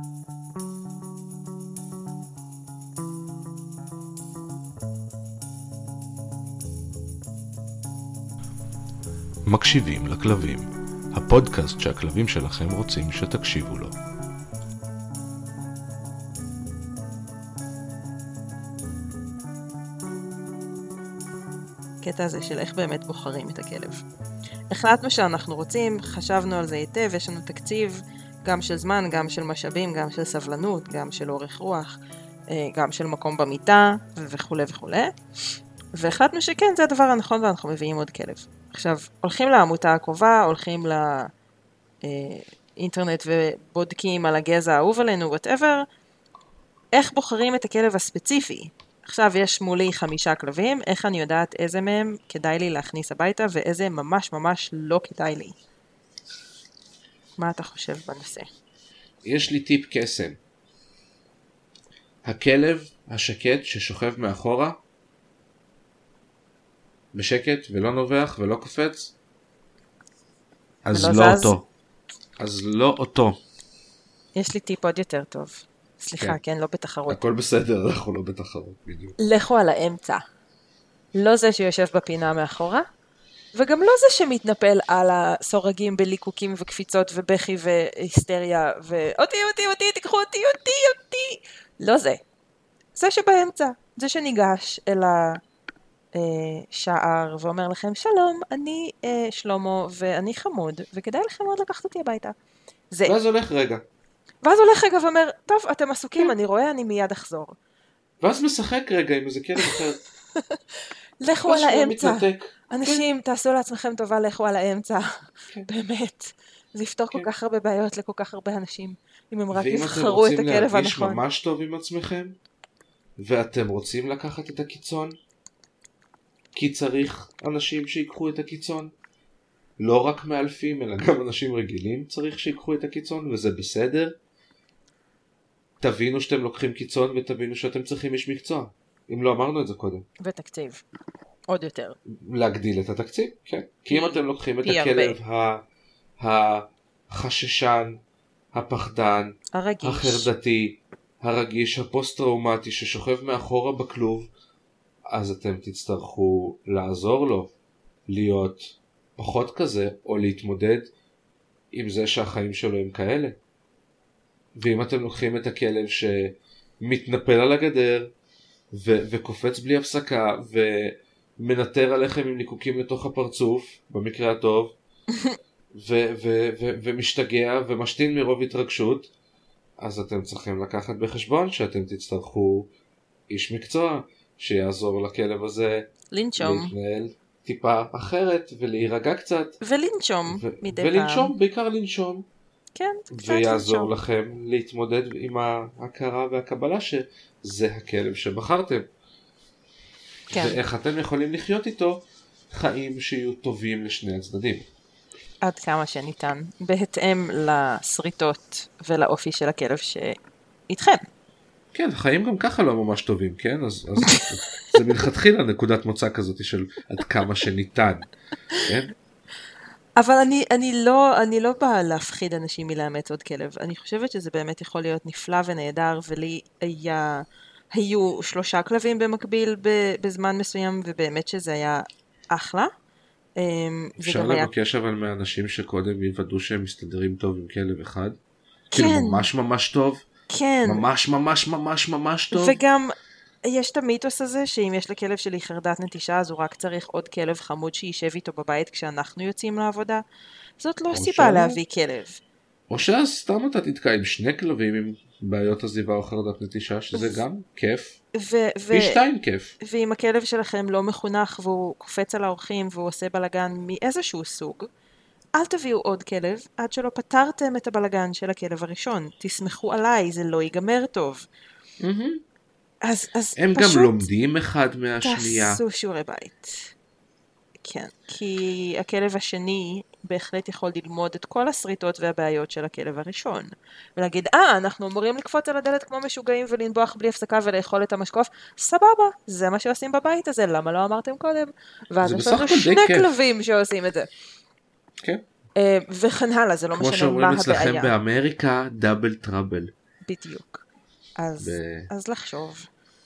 מקשיבים לכלבים, הפודקאסט שהכלבים שלכם רוצים שתקשיבו לו. קטע הזה של איך באמת בוחרים את הכלב. החלטנו שאנחנו רוצים, חשבנו על זה היטב, יש לנו תקציב גם של זמן, גם של משאבים, גם של סבלנות, גם של אורך רוח, גם של מקום במיטה וכו' וכו'. והחלטנו שכן, זה הדבר הנכון ואנחנו מביאים עוד כלב. עכשיו, הולכים לעמותה הקרובה, הולכים לאינטרנט ובודקים על הגזע האהוב עלינו, whatever, איך בוחרים את הכלב הספציפי? עכשיו יש מולי 5 כלבים, איך אני יודעת איזה מהם כדאי לי להכניס הביתה ואיזה ממש ממש לא כדאי לי? מה אתה חושב בנושא? יש לי טיפ קסם. הכלב השקט ששוכב מאחורה, בשקט ולא נובח ולא קופץ, אז לא אותו. אז לא אותו. יש לי טיפ עוד יותר טוב. סליחה, כן, לא בתחרות. הכל בסדר, אנחנו לא בתחרות, בדיוק. לכו על האמצע. לא זה שיושב בפינה מאחורה, וגם לא זה שמתנפל על הסורגים בליקוקים וקפיצות ובכי והיסטריה, אותי, תיקחו אותי. לא זה. זה שבאמצע. זה שניגש אל השער ואומר לכם, שלום, אני שלמה ואני חמוד, וכדאי לכם עוד לקחת אותי הביתה. ואז הולך רגע. ואז הולך רגע ואומר, טוב, אתם עסוקים, אני רואה, אני מיד אחזור. ואז משחק רגע עם איזה כלב אחר. לכו על האמצע. אנשים, תעשו לעצמכם טובה, לכו על האמצע. באמת. זה יפתור כל כך הרבה בעיות לכל כך הרבה אנשים. אם הם רק יבחרו את הכלב הנכון. ואם אתם רוצים להרגיש ממש טוב עם עצמכם, ואתם רוצים לקחת את הקיצון, כי צריך אנשים שיקחו את הקיצון, לא רק מאלפים, אלא גם אנשים רגילים צריך שיקחו את הקיצון, וזה בסדר. תבינו שאתם לוקחים קיצון, ותבינו שאתם צריכים איש מקצוע. אם לא אמרנו את זה קודם. ותקציב. עוד יותר. להגדיל את התקציב, כן. כי אם אתם לוקחים את הכלב החששן, הפחדן, הרגיש. החרדתי, הרגיש, הפוסט-טראומטי, ששוכב מאחורה בכלוב, אז אתם תצטרכו לעזור לו להיות פחות כזה, או להתמודד עם זה שהחיים שלו הם כאלה. ואם אתם לוקחים את הכלב שמתנפל על הגדר, וקופץ בלי הפסקה, ומנטר עליכם עם ניקוקים לתוך הפרצוף, במקרה הטוב, ומשתגע ומשתין מרוב התרגשות, אז אתם צריכים לקחת בחשבון שאתם תצטרכו איש מקצוע, שיעזור לכלב הזה להתנהל טיפה אחרת ולהירגע קצת. ולנשום מדי פעם. ולנשום, בעיקר לנשום. כן, ויעזור לכם להתמודד עם ההכרה והקבלה שזה הכלב שבחרתם. כן. ואיך אתם יכולים לחיות איתו חיים שיהיו טובים לשני הצדדים. עד כמה שניתן, בהתאם לסריטות ולאופי של הכלב שאיתכם. כן, החיים גם ככה לא ממש טובים, כן? אז זה מלכתחילה נקודת מוצא כזאת של עד כמה שניתן, כן? אבל אני לא באה להפחיד אנשים מלאמץ עוד כלב. אני חושבת שזה באמת יכול להיות נפלא ונהדר, ולי היו 3 כלבים במקביל בזמן מסוים, ובאמת שזה היה אחלה. אפשר לבקש אבל מאנשים שקודם יוודאו שהם מסתדרים טוב עם כלב אחד? כן. כאילו ממש ממש טוב? כן. ממש ממש ממש ממש טוב? וגם יש את המיתוס הזה שאם יש לכלב שלי חרדת נטישה אז הוא רק צריך עוד כלב חמוד שישב איתו בבית כשאנחנו יוצאים לעבודה. זאת לא סיבה להביא כלב. או שאז סתם אתה תתקע עם 2 כלבים עם בעיות עזיבה או חרדת נטישה, שזה גם כיף. פי 2 כיף. ואם הכלב שלכם לא מחונך והוא קופץ על האורחים והוא עושה בלגן מאיזשהו סוג, אל תביאו עוד כלב עד שלא פתרתם את הבלגן של הכלב הראשון. תסמכו עליי, זה לא ייגמר טוב. אז הם פשוט גם לומדים אחד מהשנייה. תעשו שיעורי בית. כן, כי הכלב השני בהחלט יכול ללמוד את כל הסריטות והבעיות של הכלב הראשון. ולהגיד, אנחנו אמורים לקפוץ על הדלת כמו משוגעים ולנבוח בלי הפסקה ולאכול את המשקוף. סבבה, זה מה שעושים בבית הזה, למה לא אמרתם קודם? ואז יש לנו 2 כלבים שעושים את זה. כן. וכן הלאה, זה לא משנה מה הבעיה. כמו שאומרים אצלכם באמריקה, דאבל טראבל. בדיוק. אז לחשוב.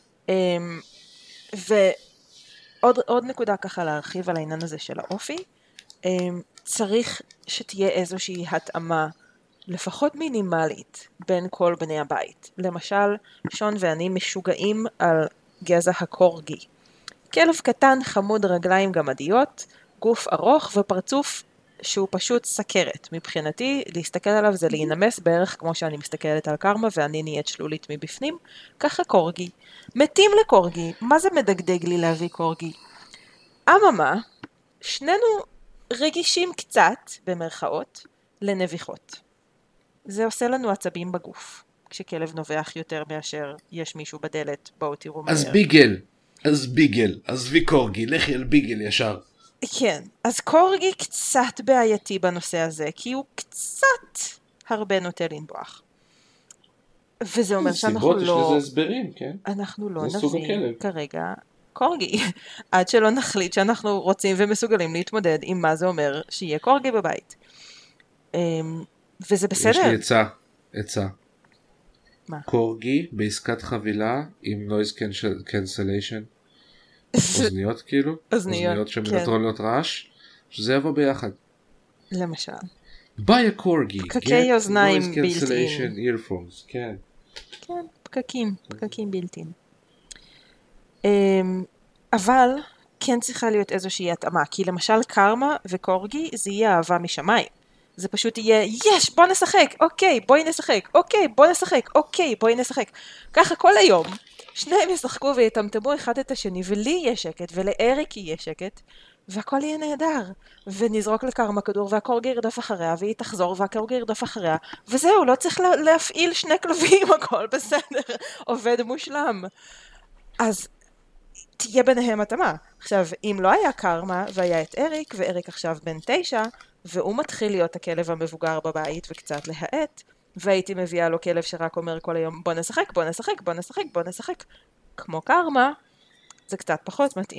ועוד נקודה ככה להרחיב על העניין הזה של האופי, צריך שתהיה איזושהי התאמה, לפחות מינימלית, בין כל בני הבית. למשל, שון ואני משוגעים על גזע הקורגי. כלב קטן, חמוד, רגליים גמדיות, גוף ארוך ופרצוף שהוא פשוט סכרת. מבחינתי, להסתכל עליו זה להינמס בערך כמו שאני מסתכלת על קרמה ואני נהיית שלולית מבפנים, ככה קורגי. מתים לקורגי, מה זה מדגדג לי להביא קורגי? אממה, שנינו רגישים קצת, במרכאות, לנביחות. זה עושה לנו עצבים בגוף, כשכלב נובח יותר מאשר יש מישהו בדלת, בואו תראו מהר. אז ביגל, עזבי קורגי, לכי על ביגל ישר. כן, אז קורגי קצת בעייתי בנושא הזה, כי הוא קצת הרבה נוטה לנבוח. וזה אומר שאנחנו לא... סיבות, יש לזה הסברים, כן? אנחנו לא נביא כרגע קורגי, עד שלא נחליט שאנחנו רוצים ומסוגלים להתמודד עם מה זה אומר שיהיה קורגי בבית. וזה בסדר. יש לי עצה. מה? קורגי בעסקת חבילה עם noise cancellation. אוזניות כאילו. אוזניות שמנטרלות רעש. שזה יבוא ביחד. למשל. buy a corgi. פקקי אוזניים noise cancellation earphones. כן. כן, פקקים בילטין. אבל כן צריכה להיות איזושהי התאמה. כי למשל קרמה וקורגי זה יהיה אהבה משמיים. זה פשוט יהיה, יש, בוא נשחק, אוקיי, בואי נשחק, אוקיי, בוא נשחק, אוקיי, בואי נשחק. ככה כל היום, שניהם ישחקו ויתמתמו אחד את השני, ולי יהיה שקט, ולאריק יהיה שקט, והכל יהיה נהדר. ונזרוק לקרמה כדור, והקורגי ירדוף אחריה, והיא תחזור, והקורגי ירדוף אחריה, וזהו, לא צריך להפעיל שני כלבים, הכל בסדר, עובד מושלם. אז תהיה ביניהם התאמה. עכשיו, אם לא היה קרמה, והיה את אריק, ואריק עכשיו בן 9, והוא מתחיל להיות הכלב המבוגר בבית וקצת להעט, והייתי מביאה לו כלב שרק אומר כל היום בוא נשחק, בוא נשחק, בוא נשחק, בוא נשחק. כמו קרמה, זה קצת פחות מתאים.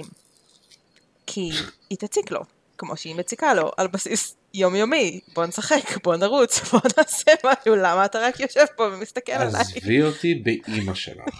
כי היא תציק לו, כמו שהיא מציקה לו, על בסיס יומיומי. בוא נשחק, בוא נרוץ, בוא נעשה משהו, למה אתה רק יושב פה ומסתכל עליי? עזבי אותי באמא שלך.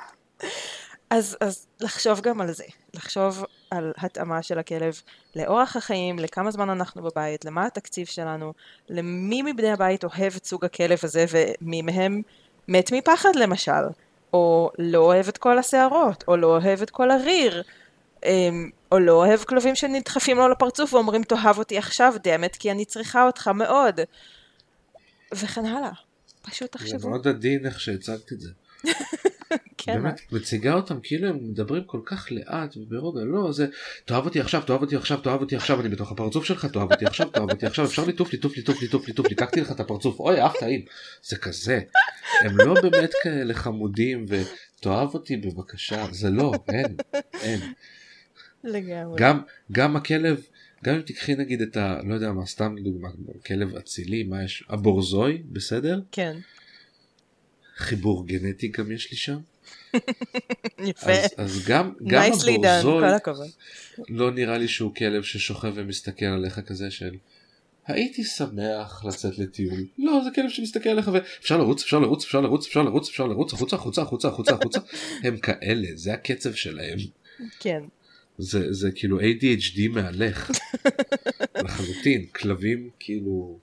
אז לחשוב גם על זה, לחשוב על התאמה של הכלב לאורח החיים, לכמה זמן אנחנו בבית, למה התקציב שלנו, למי מבני הבית אוהב את סוג הכלב הזה ומי מהם מת מפחד למשל, או לא אוהב את כל השערות, או לא אוהב את כל הריר, או לא אוהב כלבים שנדחפים לו לפרצוף ואומרים תאהב אותי עכשיו דמת כי אני צריכה אותך מאוד, וכן הלאה. פשוט תחשבו. זה מאוד עדין איך שהצגת את זה. כן. באמת, מציגה אותם כאילו הם מדברים כל כך לאט וברוגע, לא, זה תאהב אותי עכשיו, תאהב אותי עכשיו, תאהב אותי עכשיו, אני בתוך הפרצוף שלך, תאהב אותי עכשיו, תאהב אותי עכשיו, אפשר ליטוף, לקחתי לך את הפרצוף, אוי, אף טעים, זה כזה, הם לא באמת כאלה חמודים ותאהב אותי בבקשה, זה לא, אין. לגמרי. גם הכלב, גם אם תקחי נגיד את ה, לא יודע מה, סתם לדוגמה, כלב אצילי, מה יש, הבורזוי, בסדר? כן. חיבור גנטי גם יש לי שם. יפה. אז גם הבורזוי לא נראה לי שהוא כלב ששוכב ומסתכל עליך כזה של הייתי שמח לצאת לטיול. לא, זה כלב שמסתכל עליך ואפשר לרוץ, החוצה. הם כאלה, זה הקצב שלהם. כן. זה כאילו ADHD מהלך. לחלוטין, כלבים כאילו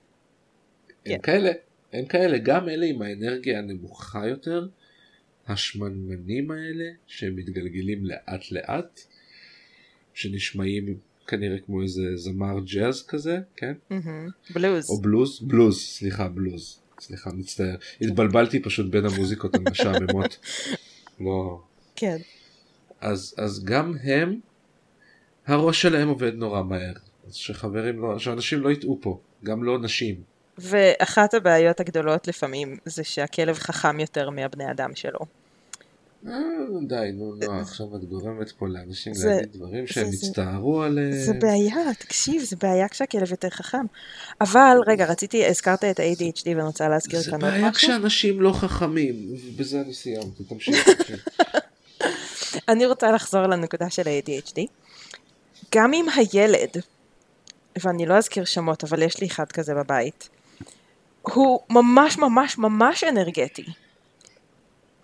הם כאלה, גם אלה עם האנרגיה הנמוכה יותר, השמנמנים האלה, שהם מתגלגלים לאט לאט, שנשמעים כנראה כמו איזה זמר ג'אז כזה, כן? בלוז. או בלוז, סליחה, מצטער. התבלבלתי פשוט בין המוזיקות המשעממות. לא. כן. אז גם הם, הראש שלהם עובד נורא מהר. אז שאנשים לא יטעו פה, גם לא נשים. ואחת הבעיות הגדולות לפעמים זה שהכלב חכם יותר מהבני אדם שלו. די, נו, עכשיו את גורמת פה לאנשים להגיד דברים שהם הצטערו עליהם. זה בעיה, תקשיב, זה בעיה כשהכלב יותר חכם. אבל, רגע, הזכרת את ה-ADHD ואני רוצה להזכיר כאן עוד משהו. זה בעיה כשאנשים לא חכמים, ובזה אני סיימתי, תמשיך. אני רוצה לחזור לנקודה של ה-ADHD. גם אם הילד, ואני לא אזכיר שמות, אבל יש לי אחד כזה בבית, הוא ממש ממש ממש אנרגטי.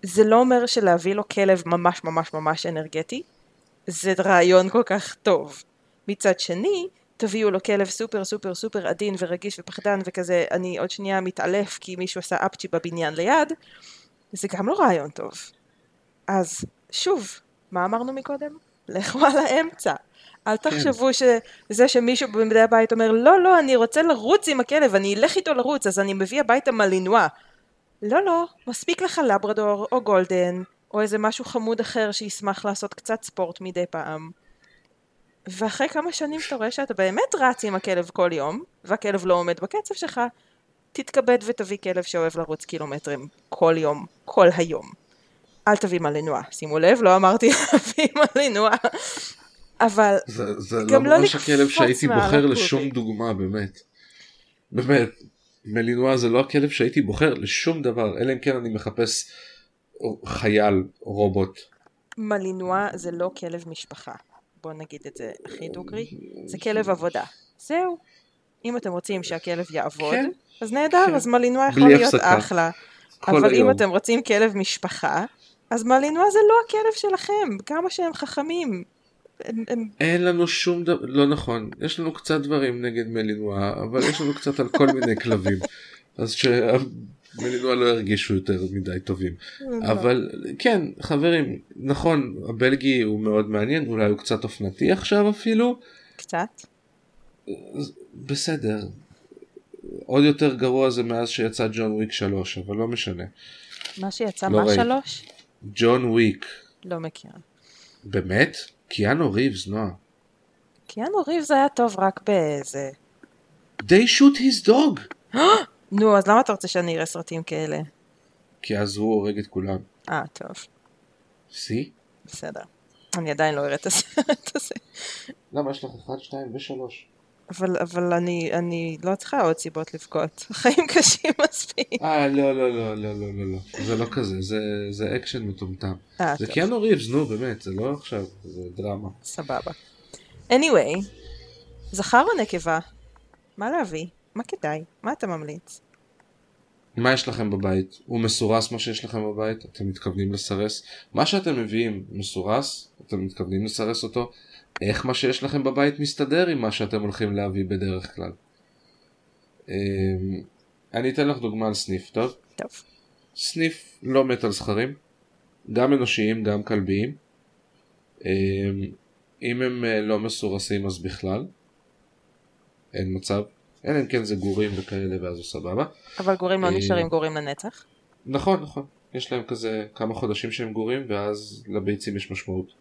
זה לא אומר שלהביא לו כלב ממש ממש ממש אנרגטי, זה רעיון כל כך טוב. מצד שני, תביאו לו כלב סופר סופר סופר עדין ורגיש ופחדן וכזה, אני עוד שנייה מתעלף כי מישהו עשה אפצ'י בבניין ליד, זה גם לא רעיון טוב. אז שוב, מה אמרנו מקודם? לכו על האמצע. אל תחשבו שזה שמישהו במדי הבית אומר, לא, אני רוצה לרוץ עם הכלב, אני אלך איתו לרוץ, אז אני מביא הביתה מלינוע. לא, מספיק לך לברדור או גולדן, או איזה משהו חמוד אחר שישמח לעשות קצת ספורט מדי פעם. ואחרי כמה שנים אתה רואה שאתה באמת רץ עם הכלב כל יום, והכלב לא עומד בקצב שלך, תתכבד ותביא כלב שאוהב לרוץ קילומטרים כל יום, כל היום. אל תביא מלינוע, שימו לב, לא אמרתי להביא מלינוע, אבל זה גם לא לא ממש הכלב שהייתי מעל בוחר הקובי. לשום דוגמה, באמת. מלינוע זה לא הכלב שהייתי בוחר לשום דבר, אלא אם כן אני מחפש חייל, רובוט. מלינוע זה לא כלב משפחה, בוא נגיד את זה הכי דוגרי, זה כלב עבודה. זהו. אם אתם רוצים שהכלב יעבוד, כן. אז נהדר, כן. אז מלינוע יכול בלי להיות הפסקה. אחלה. כל אבל היום. אם אתם רוצים כלב משפחה, אז מלינוע זה לא הכלב שלכם, כמה שהם חכמים. אין לנו שום דבר, לא נכון, יש לנו קצת דברים נגד מלינוע, אבל יש לנו קצת על כל מיני כלבים, אז שמלינוע לא ירגישו יותר מדי טובים. אבל כן, חברים, נכון, הבלגי הוא מאוד מעניין, אולי הוא קצת אופנתי עכשיו אפילו. קצת. בסדר. עוד יותר גרוע זה מאז שיצא ג'ון וויק 3, אבל לא משנה. מה שיצא, לא מה ראיתי. 3? ג'ון וויק. לא מכירה. באמת? קיאנו ריבס, נועה. קיאנו ריבס היה טוב רק באיזה... They shoot his dog. נו, אז למה אתה רוצה שאני אראה סרטים כאלה? כי אז הוא הורג את כולם. טוב. See? בסדר. אני עדיין לא אראה את הסרט הזה. למה יש לך 1, 2 ו3? אבל אני לא צריכה עוד סיבות לבכות. החיים קשים מספיק. לא. זה לא כזה, זה אקשן מטומטם. זה טוב. קיאנו ריבס, נו באמת, זה לא עכשיו, זה דרמה. סבבה. anyway, זכר או נקבה? מה להביא? מה כדאי? מה אתה ממליץ? מה יש לכם בבית? הוא מסורס מה שיש לכם בבית? אתם מתכוונים לסרס? מה שאתם מביאים מסורס? אתם מתכוונים לסרס אותו? איך מה שיש לכם בבית מסתדר עם מה שאתם הולכים להביא בדרך כלל? אני אתן לך דוגמה על סניף, טוב? טוב. סניף לא מת על זכרים, גם אנושיים, גם כלביים. אם הם לא מסורסים אז בכלל, אין מצב. אלא אם כן זה גורים וכאלה ואז הוא סבבה. אבל גורים לא נשארים גורים לנצח. נכון. יש להם כזה כמה חודשים שהם גורים ואז לביצים יש משמעות.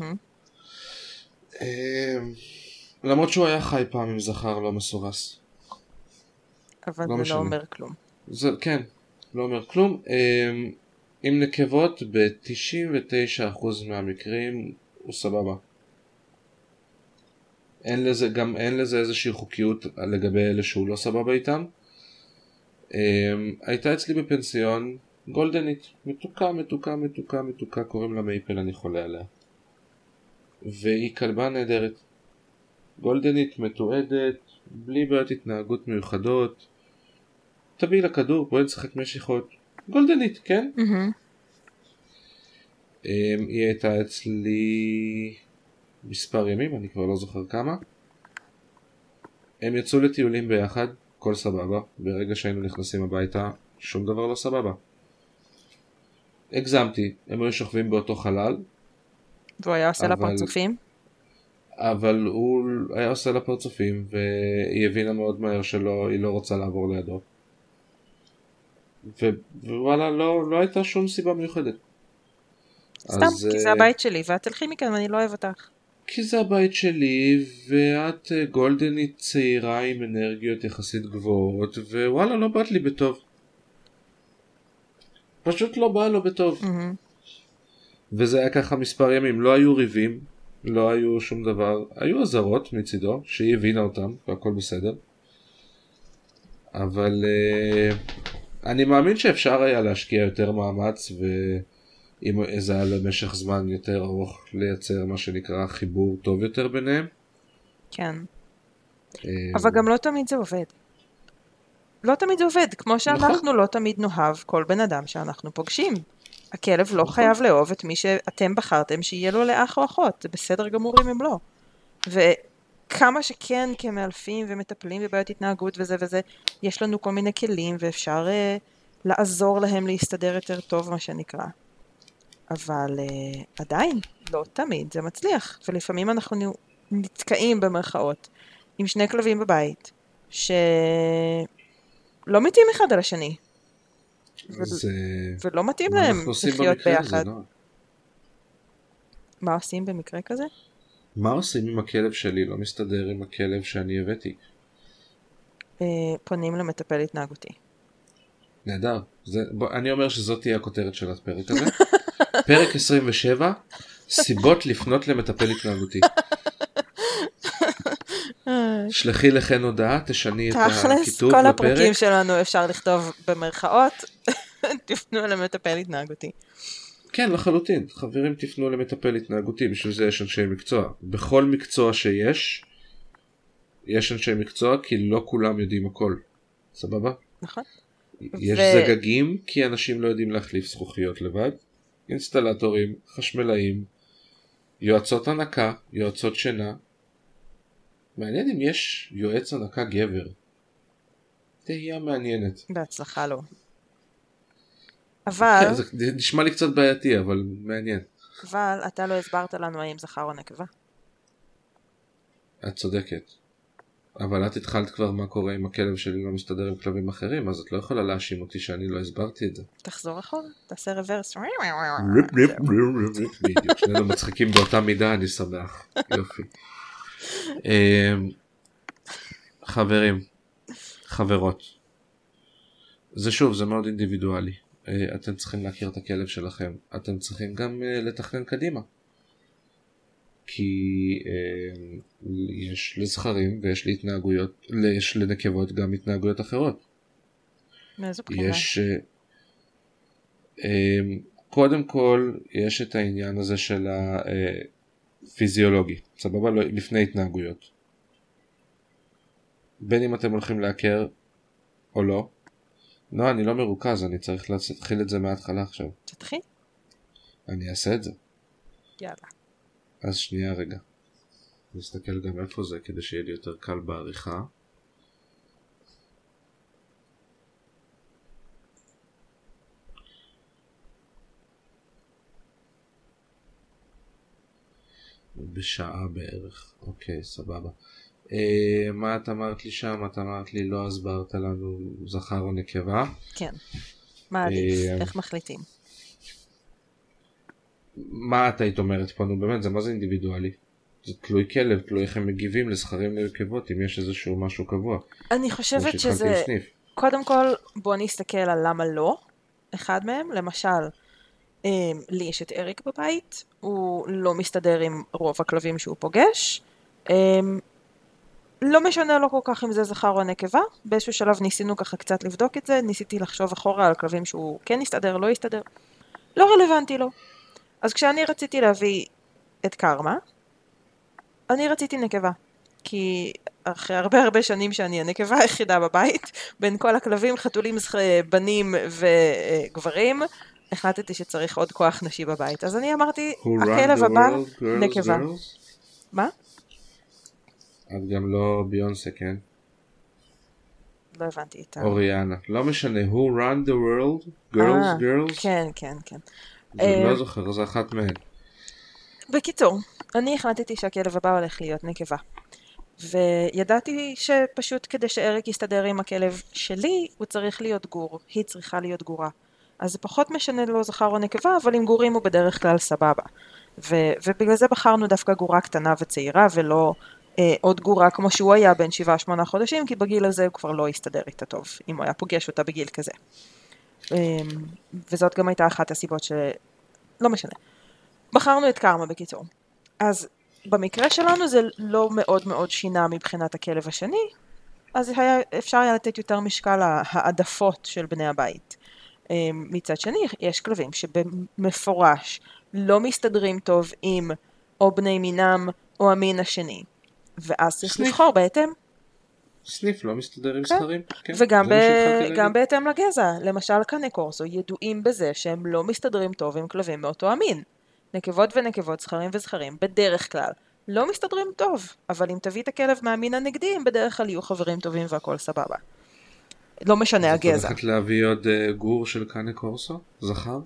למרות שהוא היה חי פעם עם זכר לא מסורס. אבל לא זה משנה. לא אומר כלום. כן, לא אומר כלום. עם נקבות ב-99% מהמקרים הוא סבבה. אין לזה איזושהי חוקיות לגבי אלה שהוא לא סבבה איתם. הייתה אצלי בפנסיון גולדנית, מתוקה, קוראים לה מייפל, אני חולה עליה. והיא כלבה נהדרת. גולדנית, מתועדת, בלי בעיות התנהגות מיוחדות. תביאי לכדור, בואי נשחק משיכות. גולדנית, כן? היא הייתה אצלי מספר ימים, אני כבר לא זוכר כמה. הם יצאו לטיולים ביחד, כל סבבה. ברגע שהיינו נכנסים הביתה, שום דבר לא סבבה. הגזמתי, הם היו שוכבים באותו חלל. והוא היה עושה לה פרצופים? אבל הוא היה עושה לה פרצופים, והיא הבינה מאוד מהר שהיא לא רוצה לעבור לידו. ווואלה, לא הייתה שום סיבה מיוחדת. סתם, כי זה הבית שלי, ואת תלכי מכאן ואני לא אוהב אותך. כי זה הבית שלי, ואת גולדנית צעירה עם אנרגיות יחסית גבוהות, ווואלה, לא באת לי בטוב. פשוט לא בא לו בטוב. וזה היה ככה מספר ימים, לא היו ריבים, לא היו שום דבר, היו עזרות מצידו, שהיא הבינה אותם, והכל בסדר. אבל אני מאמין שאפשר היה להשקיע יותר מאמץ, ואם זה היה למשך זמן יותר ארוך, לייצר מה שנקרא חיבור טוב יותר ביניהם. כן. אבל גם לא תמיד זה עובד. לא תמיד זה עובד, כמו שאנחנו לא תמיד נאהב כל בן אדם שאנחנו פוגשים. הכלב לא חייב לאהוב את מי שאתם בחרתם שיהיה לו לאח או אחות, זה בסדר גמור אם הם לא. וכמה שכן כמאלפים ומטפלים בבעיות התנהגות וזה וזה, יש לנו כל מיני כלים ואפשר לעזור להם להסתדר יותר טוב מה שנקרא. אבל עדיין, לא תמיד זה מצליח, ולפעמים אנחנו נתקעים במרכאות עם שני כלבים בבית, שלא מתאים אחד על השני. ולא מתאים להם לחיות ביחד. מה עושים במקרה כזה? מה עושים עם הכלב שלי? לא מסתדר עם הכלב שאני הבאתי. פונים למטפל התנהגותי. נהדר. אני אומר שזאת תהיה הכותרת של הפרק הזה. פרק 27, סיבות לפנות למטפל התנהגותי. שלחי לכן הודעה, תשני את הכיתוב בפרק. תכלס, כל הפרקים שלנו אפשר לכתוב במרכאות, תפנו למטפל התנהגותי. כן, לחלוטין. חברים, תפנו למטפל התנהגותי, בשביל זה יש אנשי מקצוע. בכל מקצוע שיש, יש אנשי מקצוע, כי לא כולם יודעים הכל. סבבה? נכון. יש זגגים, כי אנשים לא יודעים להחליף זכוכיות לבד. אינסטלטורים, חשמלאים, יועצות הנקה, יועצות שינה. מעניין אם יש יועץ הנקה גבר. תהיה מעניינת. בהצלחה לו. אבל... כן, זה נשמע לי קצת בעייתי, אבל מעניין. אבל אתה לא הסברת לנו האם זכר או נקבה. את צודקת. אבל את התחלת כבר מה קורה אם הכלב שלי לא מסתדר עם כלבים אחרים, אז את לא יכולה להאשים אותי שאני לא הסברתי את זה. תחזור אחורה, תעשה רוורס. בדיוק, שנינו מצחיקים באותה מידה, אני שמח. יופי. חברים, חברות. זה שוב, זה מאוד אינדיבידואלי. אתם צריכים להכיר את הכלב שלכם. אתם צריכים גם לתכנן קדימה. כי יש לזכרים ויש להתנהגויות, יש לנקבות גם התנהגויות אחרות. מאיזו בחינה? יש, קודם כל, יש את העניין הזה של הפיזיולוגי, סבבה? לפני התנהגויות. בין אם אתם הולכים להכר או לא. לא, אני לא מרוכז, אני צריך להתחיל את זה מההתחלה עכשיו. תתחיל? אני אעשה את זה. יאללה. אז שנייה רגע. נסתכל גם איפה זה כדי שיהיה לי יותר קל בעריכה. בשעה בערך. אוקיי, סבבה. מה את אמרת לי שם? את אמרת לי לא הסברת לנו זכר או נקבה? כן. מה עדיף? איך מחליטים? מה את היית אומרת פה? נו באמת, זה מה זה אינדיבידואלי? זה תלוי כלב, תלוי איך הם מגיבים לזכרים לנקבות, אם יש איזשהו משהו קבוע. אני חושבת שזה... קודם כל, בוא נסתכל על למה לא. אחד מהם, למשל, לי יש את אריק בבית, הוא לא מסתדר עם רוב הכלבים שהוא פוגש. לא משנה לו כל כך אם זה זכר או נקבה, באיזשהו שלב ניסינו ככה קצת לבדוק את זה, ניסיתי לחשוב אחורה על כלבים שהוא כן יסתדר, לא יסתדר. לא רלוונטי לו. אז כשאני רציתי להביא את קרמה, אני רציתי נקבה. כי אחרי הרבה שנים שאני הנקבה היחידה בבית, בין כל הכלבים, חתולים, בנים וגברים, החלטתי שצריך עוד כוח נשי בבית. אז אני אמרתי, הכלב הבא, נקבה. מה? את גם לא ביונסה, כן? לא הבנתי איתה. אוריאנה. לא משנה, who run the world? girls? כן, כן, כן. זה לא זוכר, זה אחת מהן. בקיצור, אני החלטתי שהכלב הבא הולך להיות נקבה. וידעתי שפשוט כדי שאריק יסתדר עם הכלב שלי, הוא צריך להיות גור. היא צריכה להיות גורה. אז זה פחות משנה לו זכר או נקבה, אבל עם גורים הוא בדרך כלל סבבה. ובגלל זה בחרנו דווקא גורה קטנה וצעירה, ולא עוד גורה כמו שהוא היה בין 7-8 חודשים, כי בגיל הזה הוא כבר לא יסתדר איתה טוב, אם הוא היה פוגש אותה בגיל כזה. וזאת גם הייתה אחת הסיבות לא משנה. בחרנו את קרמה בקיצור. אז במקרה שלנו זה לא מאוד מאוד שינה מבחינת הכלב השני, אז אפשר היה לתת יותר משקל העדפות של בני הבית. מצד שני, יש כלבים שבמפורש לא מסתדרים טוב עם או בני מינם או המין השני. ואז צריך לבחור בהתאם. סניף לא מסתדר עם זכרים. כן, וגם זה מה שהתחלתי להגיד. גם בהתאם לגזע, למשל קני קורסו ידועים בזה שהם לא מסתדרים טוב עם כלבים מאותו המין. נקבות ונקבות, זכרים וזכרים, בדרך כלל, לא מסתדרים טוב, אבל אם תביא את הכלב מהמין הנגדי, הם בדרך כלל יהיו חברים טובים והכל סבבה. לא משנה אז את הגזע. הולכת להביא עוד גור של קני קורסו? זכר?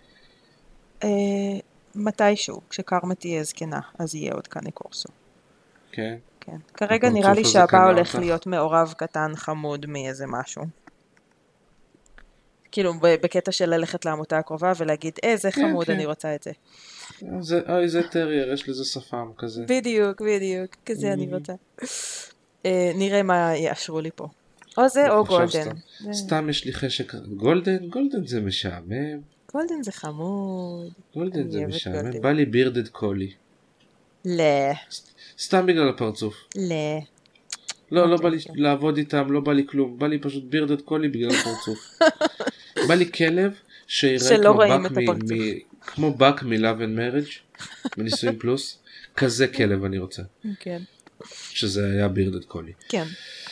מתישהו, כשקרמה תהיה זקנה, אז יהיה עוד קני קורסו. כן. כן. כרגע הפרצוף נראה לי הזה שהבא קנה הולך אותך? להיות מעורב קטן חמוד מאיזה משהו. כאילו בקטע של ללכת לעמותה הקרובה ולהגיד איזה כן, חמוד כן. אני רוצה את זה. זה טרייר, יש לזה שפם כזה. בדיוק, כזה אני רוצה. נראה מה יאשרו לי פה. או זה או עכשיו גולדן. סתם יש לי חשק. גולדן זה משעמם. גולדן זה חמוד. גולדן אני זה אוהבת משעמם. גולדן. בא לי בירדד קולי. לא. סתם בגלל הפרצוף. לא בא לי לעבוד איתם, לא בא לי כלום. בא לי פשוט בירדד קולי בגלל הפרצוף. בא לי כלב שלא רואים את הפרצוף. כמו בק מ-Love and Marriage, מנישואים פלוס. כזה כלב אני רוצה. כן. שזה היה בירדד קולי. כן.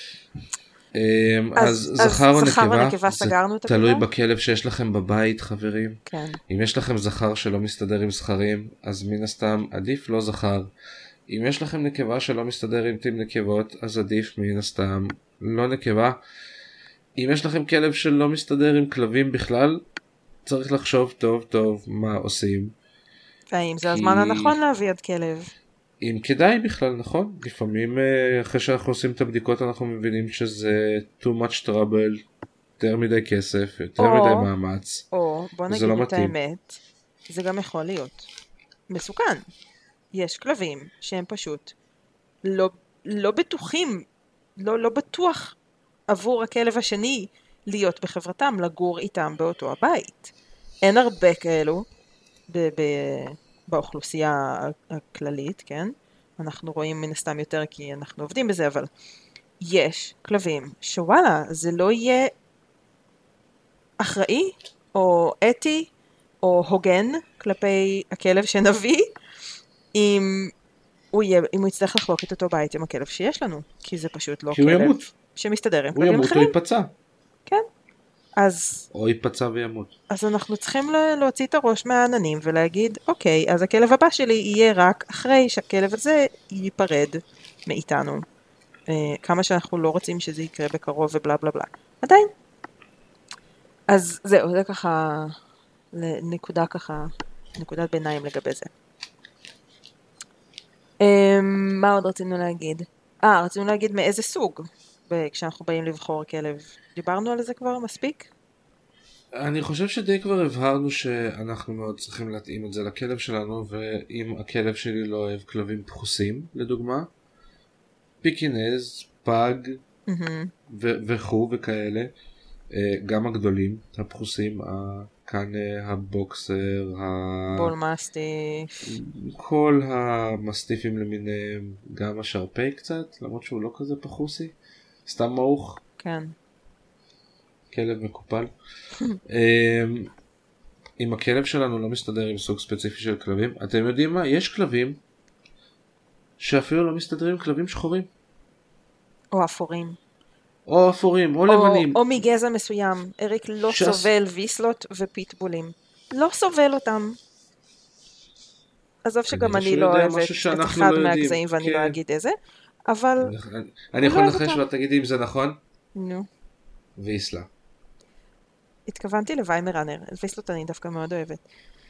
אז זכר או נקבה, סגרנו את תלוי הפינה? בכלב שיש לכם בבית, חברים. כן. אם יש לכם זכר שלא מסתדר עם זכרים, אז מן הסתם עדיף לא זכר. אם יש לכם נקבה שלא מסתדר עם נקבות, אז עדיף מן הסתם לא נקבה. אם יש לכם כלב שלא מסתדר עם כלבים בכלל, צריך לחשוב טוב טוב מה עושים. והאם זה הזמן הנכון להביא עוד כלב? אם כדאי בכלל, נכון? לפעמים אחרי שאנחנו עושים את הבדיקות אנחנו מבינים שזה too much trouble, יותר מדי כסף, יותר מדי מאמץ. או בוא נגיד לא את מתאים. האמת, זה גם יכול להיות מסוכן. יש כלבים שהם פשוט לא בטוחים, לא בטוח עבור הכלב השני להיות בחברתם, לגור איתם באותו הבית. אין הרבה כאלו באוכלוסייה הכללית, כן? אנחנו רואים מן הסתם יותר כי אנחנו עובדים בזה, אבל יש כלבים שוואלה, זה לא יהיה אחראי או אתי או הוגן כלפי הכלב שנביא, אם הוא יצטרך לחלוק את אותו בית עם הכלב שיש לנו, כי זה פשוט לא כלב שמסתדר עם כלבים אחרים. הוא ימות או ייפצע. כן. או ייפצע וימות. אז אנחנו צריכים להוציא את הראש מהעננים ולהגיד, אוקיי, אז הכלב הבא שלי יהיה רק אחרי שהכלב הזה ייפרד מאיתנו. כמה שאנחנו לא רוצים שזה יקרה בקרוב ובלה בלה בלה. עדיין. אז זהו, זה ככה, נקודת ביניים לגבי זה. מה עוד רצינו להגיד? רצינו להגיד מאיזה סוג, כשאנחנו באים לבחור כלב. דיברנו על זה כבר מספיק? אני חושב שדי כבר הבהרנו שאנחנו מאוד צריכים להתאים את זה לכלב שלנו, ואם הכלב שלי לא אוהב כלבים פחוסים, לדוגמה, פיקינז, פג וכו' וכאלה, גם הגדולים, הפחוסים, כאן הבוקסר, בול מסטיף, כל המסטיפים למיניהם, גם השרפי קצת, למרות שהוא לא כזה פחוסי, סתם מעוך. כן. כלב מקופל. אם הכלב שלנו לא מסתדר עם סוג ספציפי של כלבים, אתם יודעים מה? יש כלבים שאפילו לא מסתדרים עם כלבים שחורים. או אפורים. או אפורים, או לבנים. או מגזע מסוים. אריק לא סובל ויסלוט ופיטבולים. לא סובל אותם. עזוב שגם אני לא אוהבת את אחד מהגזעים ואני לא אגיד איזה, אבל... אני יכול לנחש ואת תגידי אם זה נכון? נו. ויסלה. התכוונתי לוויימראנר, ויסלוט אני דווקא מאוד אוהבת.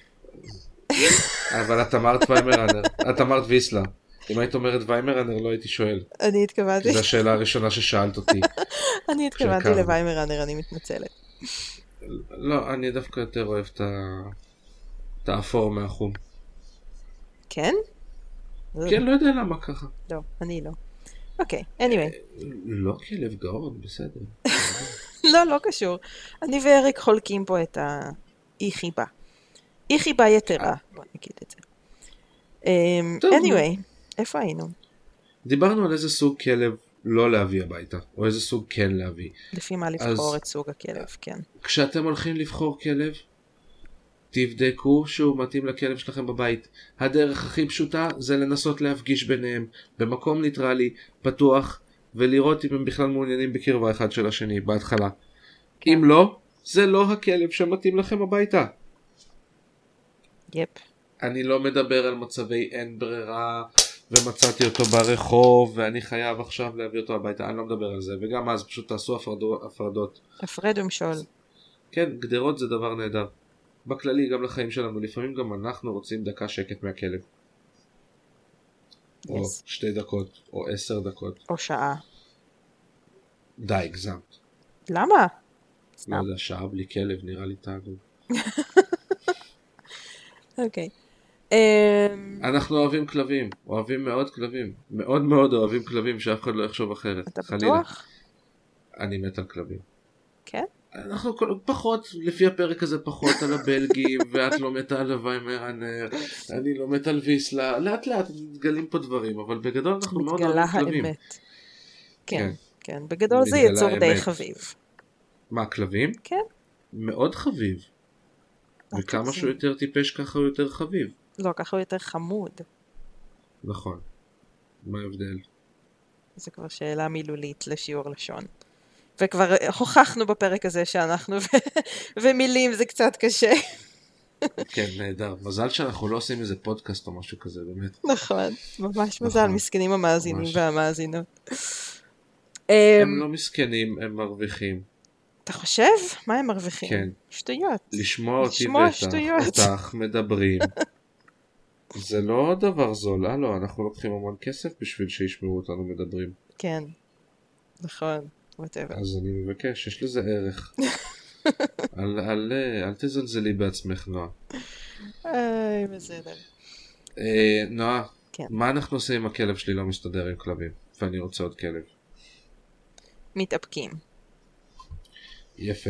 אבל את אמרת ויימראנר, את אמרת ויסלה. אם היית אומרת ויימראנר לא הייתי שואל. אני התכוונתי. זו השאלה הראשונה ששאלת אותי. אני התכוונתי לוויימראנר, אני מתנצלת. לא, אני דווקא יותר אוהב את האפור מהחום. כן? כן, לא יודע למה ככה. לא, אני לא. אוקיי, anyway. לא כלב גאון, בסדר. לא קשור. אני ואריק חולקים פה את אי חיבה. אי חיבה יתרה, בוא נגיד את זה. anyway, איפה היינו? דיברנו על איזה סוג כלב לא להביא הביתה, או איזה סוג כן להביא. לפי מה לבחור את סוג הכלב, כן. כשאתם הולכים לבחור כלב, תבדקו שהוא מתאים לכלב שלכם בבית. הדרך הכי פשוטה זה לנסות להפגיש ביניהם, במקום ניטרלי, פתוח, ולראות אם הם בכלל מעוניינים בקרבה אחד של השני בהתחלה. אם לא, זה לא הכלב שמתאים לכם הביתה. יפ. אני לא מדבר על מצבי אין ברירה ומצאתי אותו ברחוב ואני חייב עכשיו להביא אותו הביתה, אני לא מדבר על זה, וגם אז פשוט תעשו הפרדות. הפרד ומשול. כן, גדרות זה דבר נהדר. בכללי גם לחיים שלנו, לפעמים גם אנחנו רוצים דקה שקט מהכלב. או 2 דקות, או 10 דקות. או שעה. די, הגזמת. למה? לא יודע, שעה בלי כלב נראה לי תענוג. אוקיי. אנחנו אוהבים כלבים, אוהבים מאוד כלבים. מאוד מאוד אוהבים כלבים שאף אחד לא יחשוב אחרת. אתה חלילה. בטוח? אני מת על כלבים. כן? אנחנו פחות, לפי הפרק הזה פחות על הבלגים, ואת לא מתה על הוויימרנר, אני לא מת על ויסלה, לאט לאט מתגלים פה דברים, אבל בגדול אנחנו מאוד אוהבים כלבים. מתגלה האמת. כן, כן, בגדול זה יצור די חביב. מה, כלבים? כן. מאוד חביב. וכמה שהוא יותר טיפש ככה הוא יותר חביב. לא, ככה הוא יותר חמוד. נכון. מה ההבדל? זה כבר שאלה מילולית לשיעור לשון. וכבר הוכחנו בפרק הזה שאנחנו ומילים זה קצת קשה. כן, נהדר. מזל שאנחנו לא עושים איזה פודקאסט או משהו כזה, באמת. נכון, ממש מזל, מסכנים המאזינים והמאזינות. הם לא מסכנים, הם מרוויחים. אתה חושב? מה הם מרוויחים? כן. שטויות. לשמוע אותי ואותך מדברים. זה לא דבר זול, לא, אנחנו לוקחים המון כסף בשביל שישמעו אותנו מדברים. כן, נכון, whatever. אז אני מבקש, יש לזה ערך. אל תזלזלי בעצמך, נועה. בסדר. נועה, כן. מה אנחנו עושים אם הכלב שלי לא מסתדר עם כלבים? ואני רוצה עוד כלב. מתאפקים. יפה.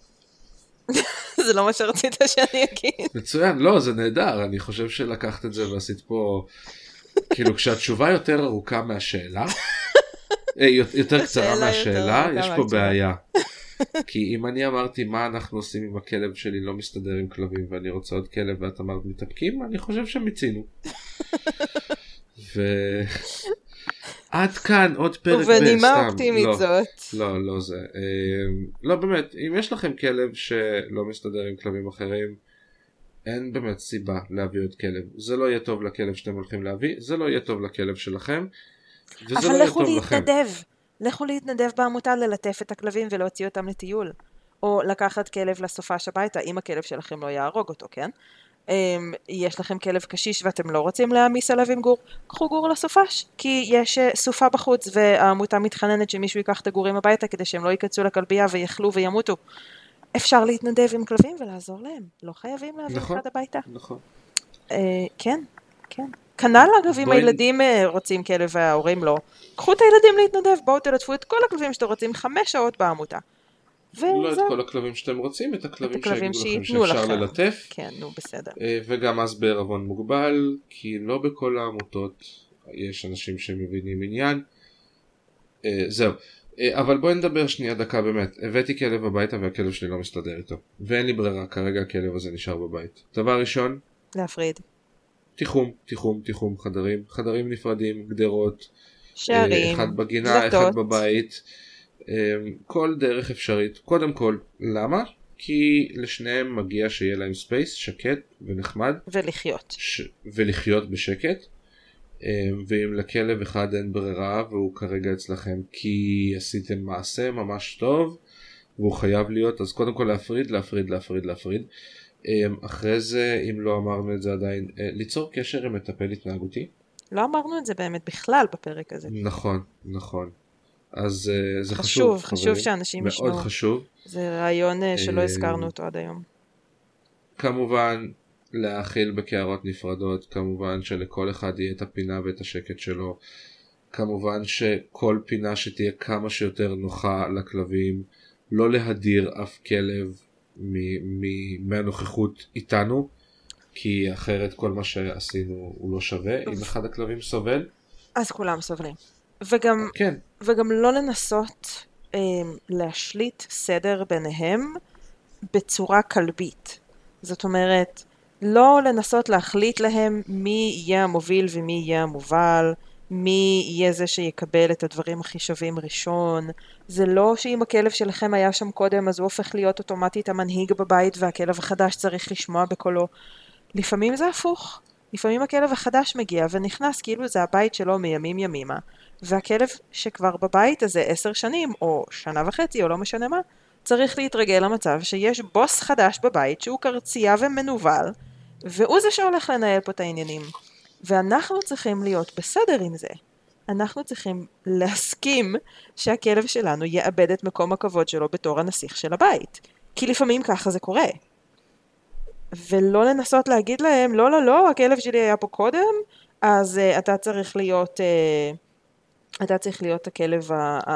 זה לא מה שרצית שאני אגיד. מצוין, לא, זה נהדר, אני חושב שלקחת את זה ועשית פה, כאילו כשהתשובה יותר ארוכה מהשאלה, יותר קצרה מהשאלה, יש פה בעיה. כי אם אני אמרתי מה אנחנו עושים עם הכלב שלי לא מסתדר עם כלבים ואני רוצה עוד כלב ואת אמרת מתאפקים, אני חושב שמיצינו. עד כאן עוד פרק ובנימה אופטימית זאת. לא זה. לא באמת, אם יש לכם כלב שלא מסתדר עם כלבים אחרים, אין באמת סיבה להביא עוד כלב. זה לא יהיה טוב לכלב שאתם הולכים להביא, זה לא יהיה טוב לכלב שלכם, וזה לא יהיה טוב לכם. אבל לכו להתנדב בעמותה ללטף את הכלבים ולהוציא אותם לטיול. או לקחת כלב לסופש הביתה, אם הכלב שלכם לא יהרוג אותו, כן? יש לכם כלב קשיש ואתם לא רוצים להעמיס עליו עם גור, קחו גור לסופש, כי יש סופה בחוץ והעמותה מתחננת שמישהו ייקח את הגורים הביתה כדי שהם לא ייכנסו לכלבייה ויחלו וימותו. אפשר להתנדב עם כלבים ולעזור להם, לא חייבים להביא אחד הביתה. נכון. כן, כן. כנ"ל אגב אם הילדים רוצים כלב וההורים לא, קחו את הילדים להתנדב, בואו תלטפו את כל הכלבים שאתם רוצים 5 שעות בעמותה. לא את כל הכלבים שאתם רוצים, את הכלבים שיגידו לכם שאפשר ללטף. כן, נו בסדר. וגם אז בערבון מוגבל, כי לא בכל העמותות יש אנשים שמבינים עניין. זהו. אבל בואי נדבר שנייה דקה באמת. הבאתי כלב הביתה והכלב שלי לא מסתדר איתו. ואין לי ברירה, כרגע הכלב הזה נשאר בבית. דבר ראשון. להפריד. תיחום, חדרים נפרדים, גדרות. שערים, אחד בגינה, דלתות. אחד בבית. כל דרך אפשרית. קודם כל, למה? כי לשניהם מגיע שיהיה להם ספייס שקט ונחמד. ולחיות בשקט. ואם לכלב אחד אין ברירה והוא כרגע אצלכם כי עשיתם מעשה ממש טוב והוא חייב להיות, אז קודם כל להפריד. אחרי זה, אם לא אמרנו את זה עדיין, ליצור קשר עם מטפל התנהגותי. לא אמרנו את זה באמת בכלל בפרק הזה. נכון. אז זה חשוב, חשוב שאנשים ישמעו. מאוד חשוב. זה רעיון שלא הזכרנו אותו עד היום. כמובן להאכיל בקערות נפרדות, כמובן שלכל אחד יהיה את הפינה ואת השקט שלו, כמובן שכל פינה שתהיה כמה שיותר נוחה לכלבים, לא להדיר אף כלב מהנוכחות איתנו, כי אחרת כל מה שעשינו הוא לא שווה. אם אחד הכלבים סובל, אז כולם סובלים. וגם לא לנסות להשליט סדר ביניהם בצורה כלבית. זאת אומרת, לא לנסות להחליט להם מי יהיה המוביל ומי יהיה המובל, מי יהיה זה שיקבל את הדברים הכי שווים ראשון. זה לא שאם הכלב שלכם היה שם קודם, אז הוא הופך להיות אוטומטית המנהיג בבית, והכלב החדש צריך לשמוע בקולו. לפעמים זה הפוך. לפעמים הכלב החדש מגיע ונכנס כאילו זה הבית שלו מימים ימימה, והכלב שכבר בבית הזה 10 שנים, או 1.5 שנה, או לא משנה מה, צריך להתרגל למצב שיש בוס חדש בבית שהוא קרצייה ומנוול, והוא זה שהולך לנהל פה את העניינים. ואנחנו צריכים להיות בסדר עם זה. אנחנו צריכים להסכים שהכלב שלנו יאבד את מקום הכבוד שלו בתור הנסיך של הבית. כי לפעמים ככה זה קורה. ולא לנסות להגיד להם, לא, לא, לא, הכלב שלי היה פה קודם, אז אתה צריך להיות הכלב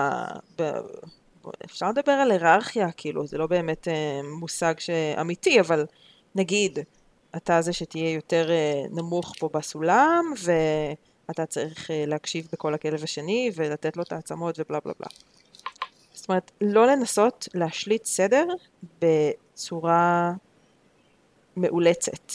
אפשר לדבר על היררכיה, כאילו, זה לא באמת מושג אמיתי, אבל נגיד, אתה זה שתהיה יותר נמוך פה בסולם, ואתה צריך להקשיב בכל הכלב השני, ולתת לו את העצמות ובלה בלה בלה. זאת אומרת, לא לנסות להשליט סדר בצורה מאולצת.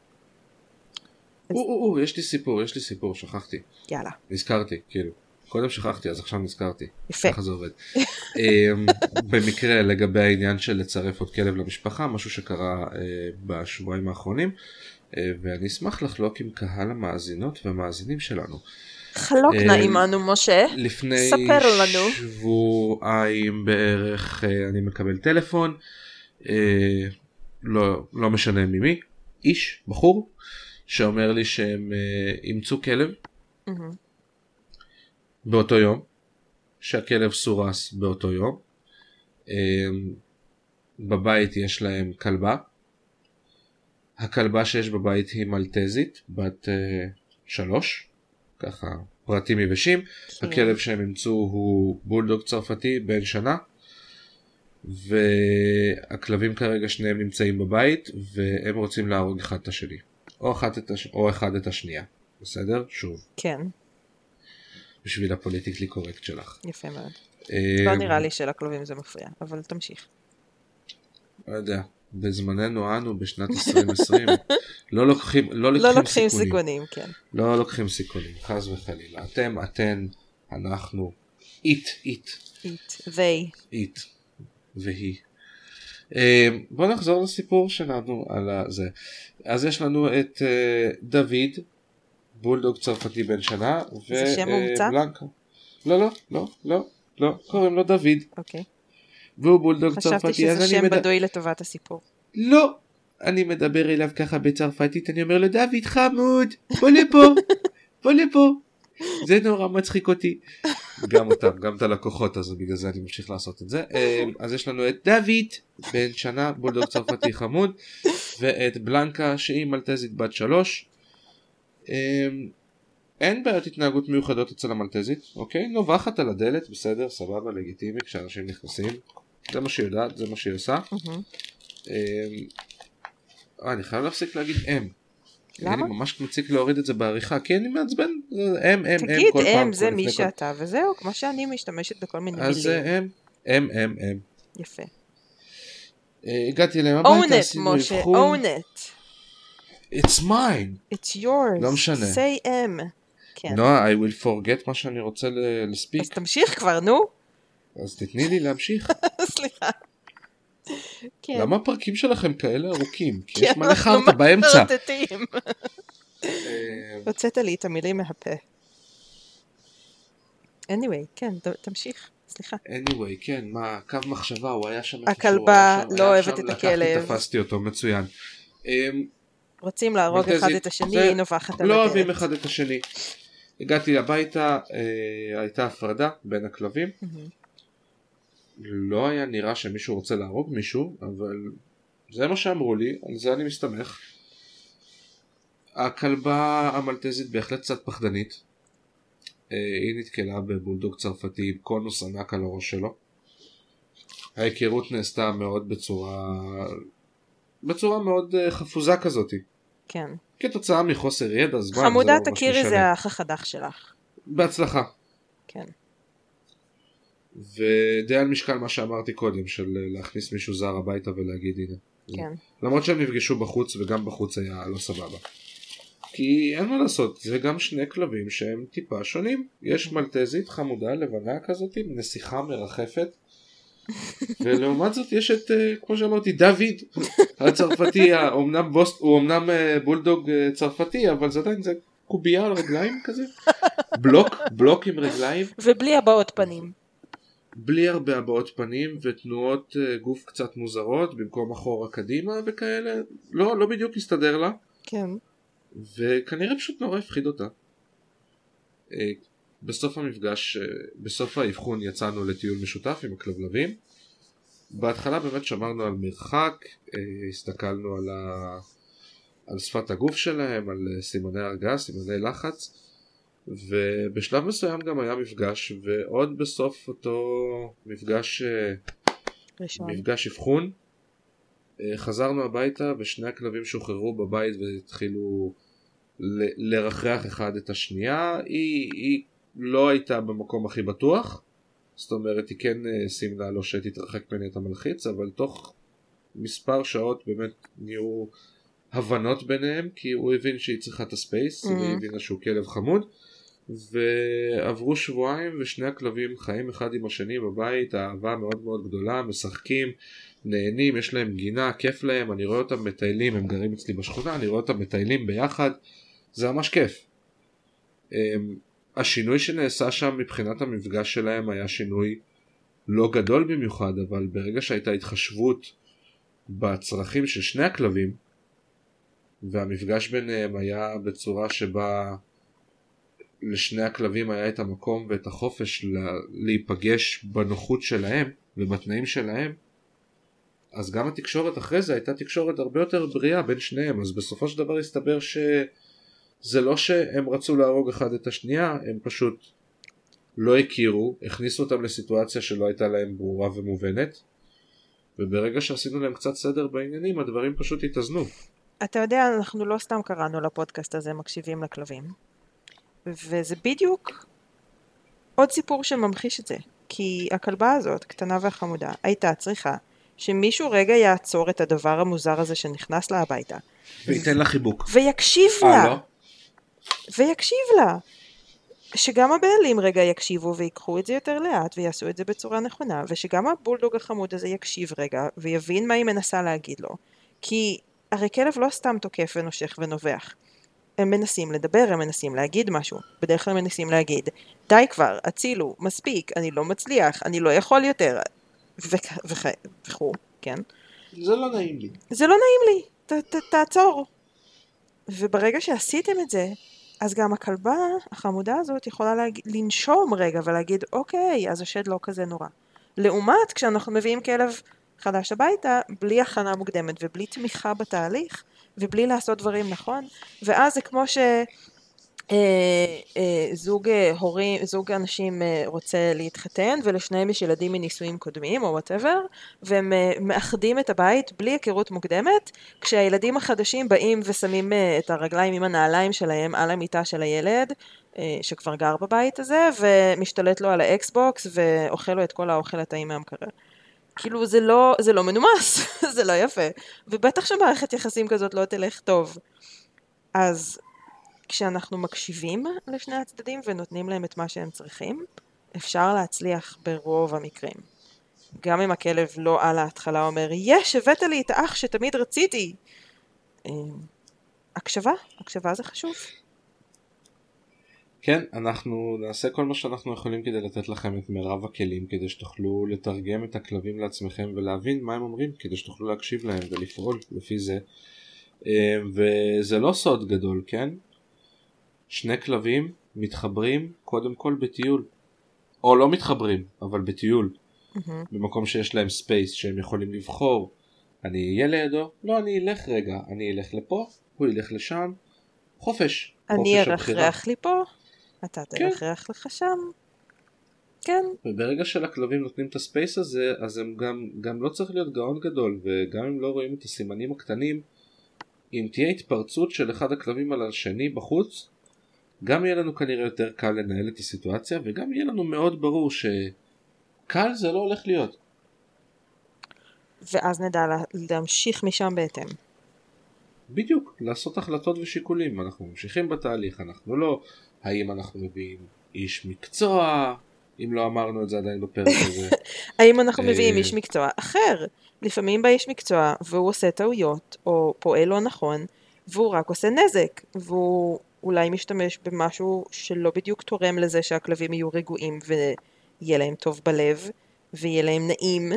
יש לי סיפור, שכחתי. יאללה. נזכרתי, כאילו. קודם שכחתי, אז עכשיו נזכרתי. יפה. ככה זה עובד. במקרה, לגבי העניין של לצרף עוד כלב למשפחה, משהו שקרה בשבועיים האחרונים, ואני אשמח לחלוק עם קהל המאזינות והמאזינים שלנו. חלוק נא עמנו, משה. לפני ספר לנו. שבועיים בערך אני מקבל טלפון, לא משנה ממי, איש, בחור, שאומר לי שהם אימצו כלב, באותו יום, שהכלב סורס באותו יום, בבית יש להם כלבה, הכלבה שיש בבית היא מלטזית, בת 3, ככה פרטים יבשים, הכלב שהם אימצו הוא בולדוג צרפתי בן 1 שנה, והכלבים כרגע שניהם נמצאים בבית, והם רוצים להרוג אחד את השני, או אחד את השנייה, בסדר? שוב. כן. בשביל הפוליטיקלי קורקט שלך. יפה מאוד. לא נראה לי שלכלבים זה מפריע, אבל תמשיך. לא יודע, בזמננו אנו בשנת 2020, לא לוקחים סיכונים. כן. לא לוקחים סיכונים, חס וחלילה. אתם, אנחנו, it, והיא. בוא נחזור לסיפור שלנו על זה. אז יש לנו את דוד, בולדוג צרפתי בן 1 שנה, זה שם מומצא? ובלנקה. לא, קוראים לו דוד. אוקיי. והוא בולדוג צרפתי. חשבתי שזה שם בדוי לטובת הסיפור. לא, אני מדבר אליו ככה בצרפתית, אני אומר לו, דוד חמוד, בוא לפה. זה נורא מצחיק אותי. גם אותם, גם את הלקוחות, אז בגלל זה אני ממשיך לעשות את זה. אז יש לנו את דוד, בן 1 שנה, בולדוג צרפתי חמוד, ואת בלנקה, שהיא מלטזית בת 3. אין בעיות התנהגות מיוחדות אצל המלטזית, אוקיי? נובחת על הדלת, בסדר, סבבה, לגיטימי, כשאנשים נכנסים. זה מה שהיא יודעת, זה מה שהיא עושה. אני חייב להפסיק להגיד אם. למה? אני ממש מציק להוריד את זה בעריכה, כי אני מעצבן, תגיד, זה מי שאתה, וזהו, כמו שאני משתמשת בכל מיני מילים. אז זה אם. יפה. הגעתי אליהם הביתה, עשינו אבחון. own it. It's mine. It's yours. לא משנה. say M. כן. No, I will forget מה שאני רוצה לספיק. אז תמשיך כבר, נו. אז תתני לי להמשיך. סליחה. כן. למה הפרקים שלכם כאלה ארוכים? כי יש מלא חרטה באמצע. הוצאת לי את המילים מהפה. anyway, כן, תמשיך. סליחה. anyway, כן, מה, קו מחשבה, הוא היה שם. הכלבה לא אוהבת את הכלב. תפסתי אותו, מצוין. רוצים להרוג אחד את השני, נובחת על לא הדלת. אוהבים אחד את השני. הגעתי הביתה, הייתה הפרדה בין הכלבים. לא היה נראה שמישהו רוצה להרוג מישהו, אבל זה מה שאמרו לי, על זה אני מסתמך. הכלבה המלטזית בהחלט קצת פחדנית. היא נתקלה בבולדוג צרפתי עם קונוס ענק על הראש שלו. ההיכרות נעשתה מאוד בצורה מאוד חפוזה כזאת. כן. כתוצאה מחוסר ידע, זמן. חמודה, תכירי, זה האח החדך שלך. בהצלחה. כן. ודי על משקל מה שאמרתי קודם, של להכניס מישהו זר הביתה ולהגיד הנה. כן. למרות שהם נפגשו בחוץ, וגם בחוץ היה לא סבבה. כי אין מה לעשות, זה גם שני כלבים שהם טיפה שונים. יש מלטזית חמודה לבנה כזאת עם נסיכה מרחפת, ולעומת זאת יש את, כמו שאמרתי, דוד הצרפתי, הוא אמנם בולדוג צרפתי, אבל זה עדיין, זה קובייה על רגליים כזה, בלוק עם רגליים. ובלי הבעות פנים. בלי הרבה הבעות פנים ותנועות גוף קצת מוזרות, במקום אחורה קדימה וכאלה, לא בדיוק הסתדר לה. כן. וכנראה פשוט נורא הפחיד אותה. בסוף המפגש, בסוף האבחון יצאנו לטיול משותף עם הכלבלבים. בהתחלה באמת שמרנו על מרחק, הסתכלנו על שפת הגוף שלהם, על סימני הרגעה, סימני לחץ, ובשלב מסוים גם היה מפגש, ועוד בסוף אותו מפגש אבחון, חזרנו הביתה ושני הכלבים שוחררו בבית והתחילו לרחרח אחד את השנייה. היא לא הייתה במקום הכי בטוח, זאת אומרת היא כן סימנה לו שתתרחק ממני את המלחיץ, אבל תוך מספר שעות באמת נהיו הבנות ביניהם, כי הוא הבין שהיא צריכה את הספייס, והיא הבינה שהוא כלב חמוד, ועברו שבועיים ושני הכלבים חיים אחד עם השני בבית, אהבה מאוד מאוד גדולה, משחקים, נהנים, יש להם גינה, כיף להם, אני רואה אותם מטיילים, הם גרים אצלי בשכונה, אני רואה אותם מטיילים ביחד, זה ממש כיף. השינוי שנעשה שם מבחינת המפגש שלהם היה שינוי לא גדול במיוחד, אבל ברגע שהייתה התחשבות בצרכים של שני הכלבים, והמפגש ביניהם היה בצורה שבה לשני הכלבים היה את המקום ואת החופש להיפגש בנוחות שלהם ובתנאים שלהם, אז גם התקשורת אחרי זה הייתה תקשורת הרבה יותר בריאה בין שניהם. אז בסופו של דבר הסתבר שזה לא שהם רצו להרוג אחד את השנייה, הם פשוט לא הכירו, הכניסו אותם לסיטואציה שלא הייתה להם ברורה ומובנת, וברגע שעשינו להם קצת סדר בעניינים הדברים פשוט התאזנו. אתה יודע, אנחנו לא סתם קראנו לפודקאסט הזה מקשיבים לכלבים, וזה בדיוק עוד סיפור שממחיש את זה, כי הכלבה הזאת, קטנה וחמודה, הייתה צריכה שמישהו רגע יעצור את הדבר המוזר הזה שנכנס לה הביתה. וייתן לה חיבוק. ויקשיב לה. לא? ויקשיב לה. שגם הבעלים רגע יקשיבו ויקחו את זה יותר לאט ויעשו את זה בצורה נכונה, ושגם הבולדוג החמוד הזה יקשיב רגע ויבין מה היא מנסה להגיד לו. כי הרי כלב לא סתם תוקף ונושך ונובח. הם מנסים לדבר, הם מנסים להגיד משהו. בדרך כלל מנסים די כבר, הצילו, מספיק, אני לא מצליח, אני לא יכול יותר. וכו', כן? זה לא נעים לי. זה לא נעים לי, תעצור. וברגע שעשיתם את זה, אז גם הכלבה החמודה הזאת יכולה לנשום רגע ולהגיד, אוקיי, אז השד לא כזה נורא. לעומת כשאנחנו מביאים כלב חדש הביתה, בלי הכנה מוקדמת ובלי תמיכה בתהליך, ובלי לעשות דברים נכון, ואז זה כמו זוג אנשים רוצה להתחתן, ולשניהם יש ילדים מנישואים קודמים או whatever, והם מאחדים את הבית בלי היכרות מוקדמת, כשהילדים החדשים באים ושמים את הרגליים עם הנעליים שלהם על המיטה של הילד, שכבר גר בבית הזה, ומשתלט לו על האקסבוקס, ואוכל לו את כל האוכל הטעים מהמקרר. כאילו זה לא מנומס, זה לא יפה, ובטח שמערכת יחסים כזאת לא תלך טוב. אז כשאנחנו מקשיבים לשני הצדדים ונותנים להם את מה שהם צריכים, אפשר להצליח ברוב המקרים. גם אם הכלב לא על ההתחלה אומר, הבאת לי את האח שתמיד רציתי. הקשבה זה חשוב. כן, אנחנו נעשה כל מה שאנחנו יכולים כדי לתת לכם את מרב הכלים, כדי שתוכלו לתרגם את הכלבים לעצמכם ולהבין מה הם אומרים, כדי שתוכלו להקשיב להם ולפעול לפי זה. וזה לא סוד גדול, כן? שני כלבים מתחברים קודם כל בטיול, או לא מתחברים, אבל בטיול, במקום שיש להם ספייס שהם יכולים לבחור. אני אהיה לידו, לא, אני אלך רגע, אני אלך לפה, הוא ילך לשם, חופש. אני ארחרח לי פה, אתה תרחרח לך שם. כן. וברגע שלכלבים נותנים את הספייס הזה, אז הם גם לא צריך להיות גאון גדול, וגם אם לא רואים את הסימנים הקטנים, אם תהיה התפרצות של אחד הכלבים על השני בחוץ, גם יהיה לנו כנראה יותר קל לנהל את הסיטואציה, וגם יהיה לנו מאוד ברור שקל זה לא הולך להיות. ואז נדע להמשיך משם בהתאם. בדיוק, לעשות החלטות ושיקולים. אנחנו ממשיכים בתהליך, אנחנו לא, האם אנחנו מביאים איש מקצוע, אם לא אמרנו את זה עדיין בפרק הזה. האם אנחנו מביאים איש מקצוע אחר? לפעמים בא איש מקצוע והוא עושה טעויות, או פועל לא נכון, והוא רק עושה נזק, והוא אולי משתמש במשהו שלא בדיוק תורם לזה שהכלבים יהיו רגועים ויהיה להם טוב בלב, ויהיה להם נעים,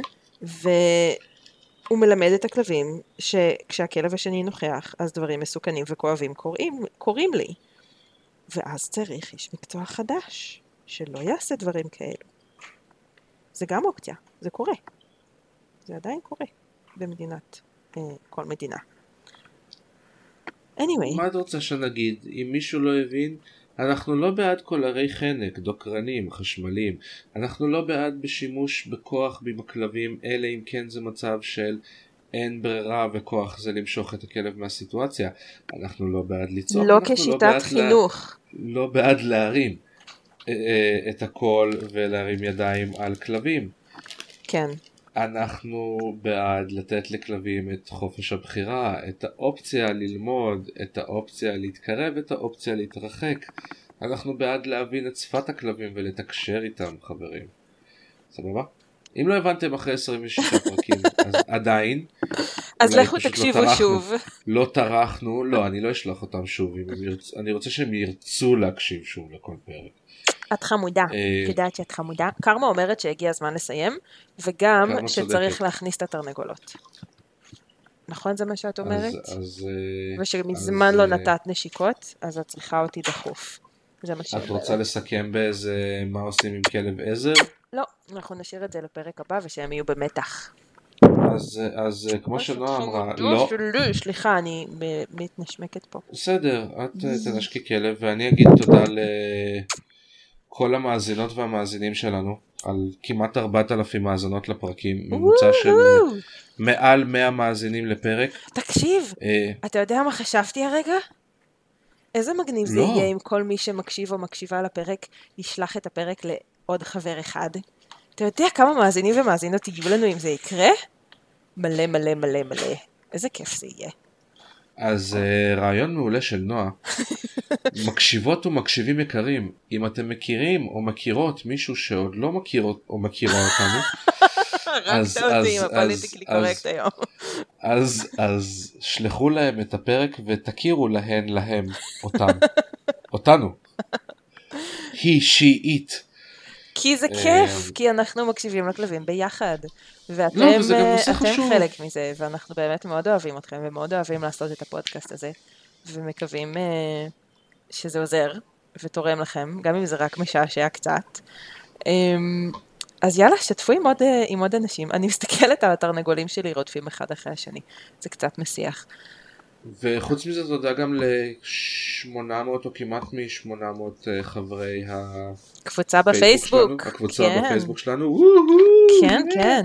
והוא מלמד את הכלבים שכשהכלב השני נוכח, אז דברים מסוכנים וכואבים קורים לי. ואז צריך איש מקצוע חדש, שלא יעשה דברים כאלו. זה גם אופציה, זה קורה. זה עדיין קורה במדינת, כל מדינה. anyway. מה את רוצה שנגיד? אם מישהו לא הבין, אנחנו לא בעד קולרי חנק, דוקרנים, חשמליים. אנחנו לא בעד בשימוש בכוח במכלבים, אלא אם כן זה מצב של אין ברירה וכוח זה למשוך את הכלב מהסיטואציה. אנחנו לא בעד לצעוק. לא כשיטת חינוך. לא בעד להרים את הכל ולהרים ידיים על כלבים. כן. אנחנו בעד לתת לכלבים את חופש הבחירה, את האופציה ללמוד, את האופציה להתקרב, את האופציה להתרחק. אנחנו בעד להבין את שפת הכלבים ולתקשר איתם, חברים. סבבה? אם לא הבנתם אחרי 26 פרקים, אז עדיין. אז לכו תקשיבו שוב. לא טרחנו, לא, אני לא אשלח אותם שוב. אני רוצה שהם ירצו להקשיב שוב לכל פרק. את חמודה, את יודעת שאת חמודה. קרמה אומרת שהגיע הזמן לסיים, וגם שצריך להכניס את התרנגולות. נכון זה מה שאת אומרת? ושמזמן לא נתת נשיקות, אז את צריכה אותי דחוף. את רוצה לסכם באיזה מה עושים עם כלב עזר? לא, אנחנו נשאיר את זה לפרק הבא ושהם יהיו במתח. אז כמו שנועה אמרה, לא. סליחה, אני מתנשמקת פה. בסדר, את תנשקי כלב, ואני אגיד תודה לכל המאזינות והמאזינים שלנו, על כמעט 4,000 מאזינות לפרקים, ממוצע של מעל 100 מאזינים לפרק. תקשיב, אתה יודע מה חשבתי הרגע? איזה מגניב זה יהיה אם כל מי שמקשיב או מקשיבה לפרק ישלח את הפרק לעוד חבר אחד. אתה יודע כמה מאזינים ומאזינות יגיעו לנו אם זה יקרה? מלא מלא מלא מלא. איזה כיף זה יהיה. אז רעיון מעולה של נועה. מקשיבות ומקשיבים יקרים, אם אתם מכירים או מכירות מישהו שעוד לא מכיר או מכירה אותנו, רקת אותי עם הפוליטיקלי קורקט היום. אז שלחו להם את הפרק ותכירו להם, אותנו. היא, she, it. כי זה כיף, כי אנחנו מקשיבים לכלבים ביחד. ואתם חלק מזה, ואנחנו באמת מאוד אוהבים אתכם, ומאוד אוהבים לעשות את הפודקאסט הזה, ומקווים שזה עוזר ותורם לכם, גם אם זה רק משעשע קצת. אז יאללה, שתפו עם עוד אנשים. אני מסתכלת על התרנגולים שלי, רודפים אחד אחרי השני. זה קצת מסיח. וחוץ מזה תודה גם ל-800 או כמעט מ-800 חברי הקבוצה בפייסבוק. הקבוצה בפייסבוק שלנו. כן, כן.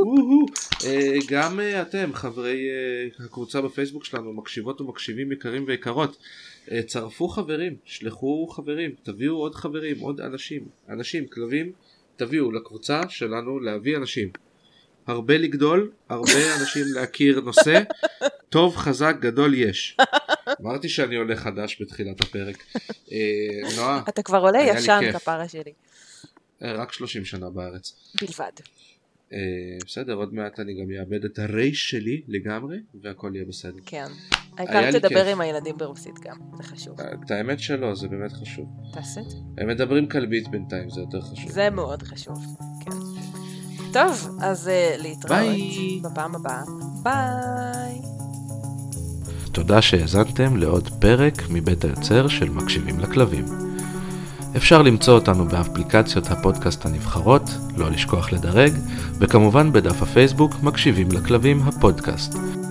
גם אתם, חברי הקבוצה בפייסבוק שלנו, מקשיבות ומקשיבים יקרים ויקרות. צרפו חברים, שלחו חברים, תביאו עוד חברים, עוד אנשים, כלבים. תביאו לקבוצה שלנו להביא אנשים. הרבה לגדול, הרבה אנשים להכיר נושא, טוב, חזק, גדול יש. אמרתי שאני עולה חדש בתחילת הפרק. נועה, אתה כבר עולה ישן כפרה שלי. רק 30 שנה בארץ. בלבד. בסדר, עוד מעט אני גם אאבד את הרייש שלי לגמרי, והכל יהיה בסדר. כן. העיקר תדבר עם הילדים ברוסית גם, זה חשוב. את האמת שלא, זה באמת חשוב. תעשה את זה. הם מדברים כלבית בינתיים, זה יותר חשוב. זה מאוד חשוב, כן. טוב, אז להתראות בפעם הבאה. ביי. תודה שהאזנתם לעוד פרק מבית היוצר של מקשיבים לכלבים. אפשר למצוא אותנו באפליקציות הפודקאסט הנבחרות, לא לשכוח לדרג, וכמובן בדף הפייסבוק מקשיבים לכלבים הפודקאסט.